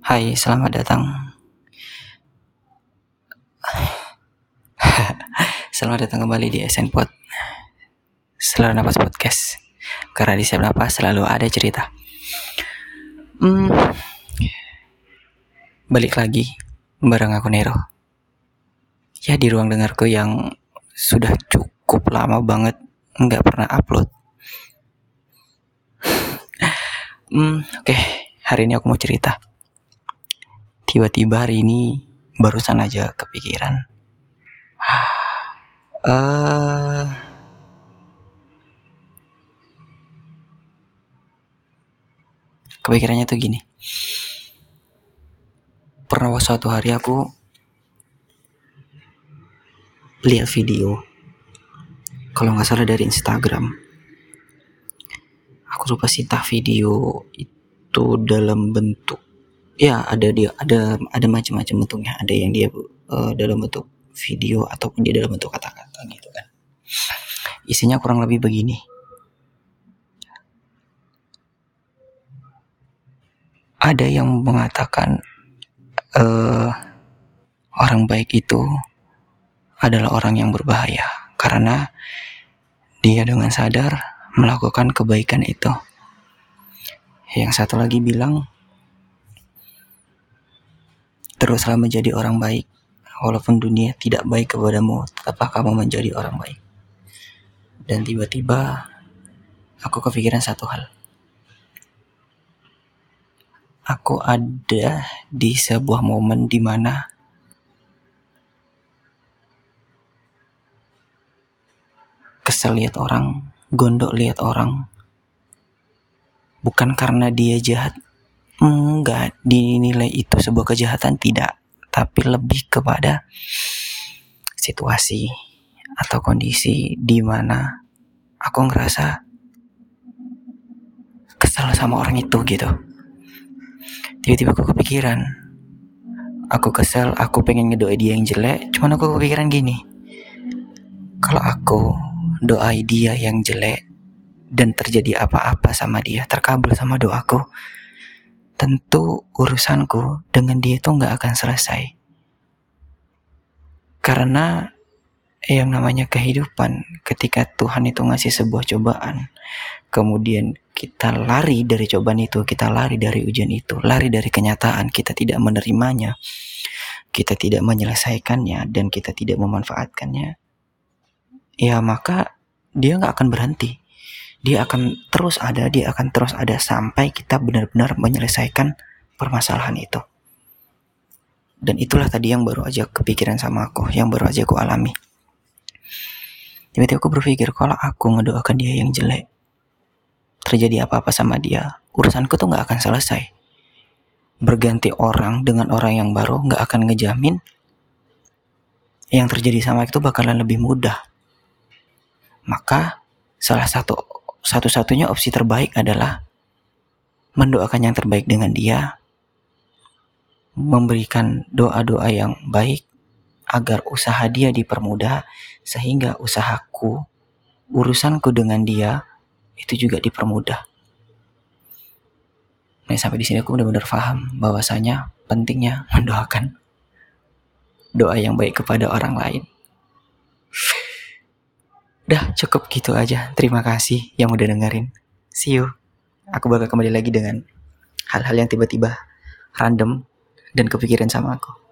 Hai, selamat datang. Selamat datang kembali di SN Pod. Selalu Napas Podcast. Karena di setiap napas selalu ada cerita. Balik lagi bareng aku Nero. Ya, di ruang dengarku yang sudah cukup lama banget nggak pernah upload. Oke, hari ini aku mau cerita. Tiba-tiba hari ini barusan aja kepikiran. Kepikirannya tuh gini. Pernah suatu hari aku lihat video, kalau nggak salah dari Instagram. Aku lupa sih entah video itu dalam bentuk, ya ada macam-macam bentuknya. Ada yang dia dalam bentuk video ataupun dia dalam bentuk kata-kata gitu kan. Isinya kurang lebih begini. Ada yang mengatakan orang baik itu adalah orang yang berbahaya karena dia dengan sadar melakukan kebaikan itu. Yang satu lagi bilang, teruslah menjadi orang baik. Walaupun dunia tidak baik kepadamu, tetaplah kamu menjadi orang baik. Dan tiba-tiba aku kepikiran satu hal. Aku ada di sebuah momen di mana kesel lihat orang, gondok lihat orang. Bukan karena dia jahat, enggak dinilai itu sebuah kejahatan, tidak. Tapi lebih kepada situasi atau kondisi di mana aku ngerasa kesel sama orang itu gitu. Tiba-tiba aku kepikiran, aku kesel, aku pengen ngedoain dia yang jelek. Cuman aku kepikiran gini, kalau aku doai dia yang jelek dan terjadi apa-apa sama dia, terkabul sama doaku, tentu urusanku dengan dia itu gak akan selesai. Karena yang namanya kehidupan, ketika Tuhan itu ngasih sebuah cobaan, kemudian kita lari dari cobaan itu, kita lari dari ujian itu, lari dari kenyataan, kita tidak menerimanya, kita tidak menyelesaikannya, dan kita tidak memanfaatkannya, ya maka dia gak akan berhenti. Dia akan terus ada sampai kita benar-benar menyelesaikan permasalahan itu. Dan itulah tadi yang baru aja kepikiran sama aku, yang baru aja aku alami. Tiba-tiba aku berpikir, kalau aku ngedoakan dia yang jelek, terjadi apa-apa sama dia, urusanku tuh gak akan selesai. Berganti orang dengan orang yang baru gak akan ngejamin yang terjadi sama itu bakalan lebih mudah. Maka satu-satunya opsi terbaik adalah mendoakan yang terbaik dengan dia, memberikan doa-doa yang baik agar usaha dia dipermudah, sehingga usahaku, urusanku dengan dia itu juga dipermudah. Nah, sampai di sini aku benar-benar paham bahwasanya pentingnya mendoakan doa yang baik kepada orang lain. Dah, cukup gitu aja. Terima kasih yang udah dengerin. See you. Aku bakal kembali lagi dengan hal-hal yang tiba-tiba random dan kepikiran sama aku.